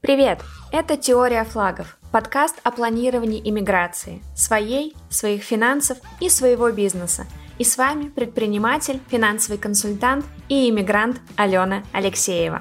Привет! Это «Теория флагов» – подкаст о планировании иммиграции, своих финансов и своего бизнеса. И с вами предприниматель, финансовый консультант и иммигрант Алена Алексеева.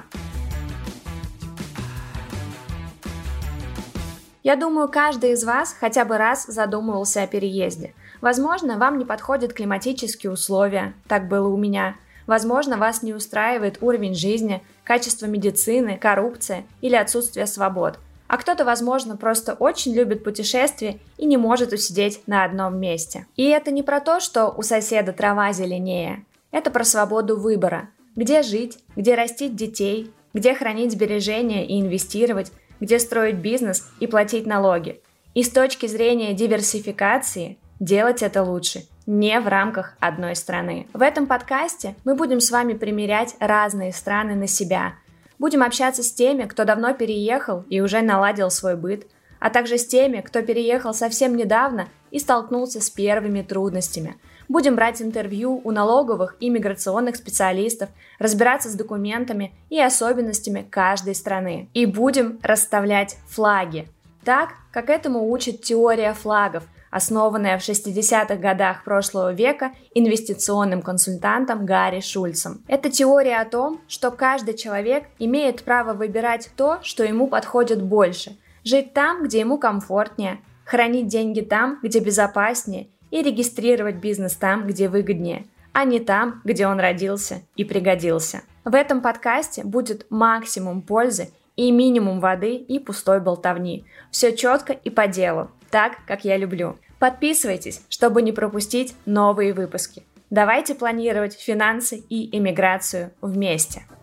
Я думаю, каждый из вас хотя бы раз задумывался о переезде. Возможно, вам не подходят климатические условия, так было у меня. Возможно, вас не устраивает уровень жизни, качество медицины, коррупция или отсутствие свобод. А кто-то, возможно, просто очень любит путешествия и не может усидеть на одном месте. И это не про то, что у соседа трава зеленее. Это про свободу выбора. Где жить, где растить детей, где хранить сбережения и инвестировать, где строить бизнес и платить налоги. И с точки зрения диверсификации делать это лучше, не в рамках одной страны. В этом подкасте мы будем с вами примерять разные страны на себя. Будем общаться с теми, кто давно переехал и уже наладил свой быт, а также с теми, кто переехал совсем недавно и столкнулся с первыми трудностями. Будем брать интервью у налоговых и миграционных специалистов, разбираться с документами и особенностями каждой страны. И будем расставлять флаги, так, как этому учит теория флагов, основанная в 60-х годах прошлого века инвестиционным консультантом Гарри Шульцем. Это теория о том, что каждый человек имеет право выбирать то, что ему подходит больше, жить там, где ему комфортнее, хранить деньги там, где безопаснее, и регистрировать бизнес там, где выгоднее, а не там, где он родился и пригодился. В этом подкасте будет максимум пользы и минимум воды и пустой болтовни. Все четко и по делу, так, как я люблю. Подписывайтесь, чтобы не пропустить новые выпуски. Давайте планировать финансы и иммиграцию вместе.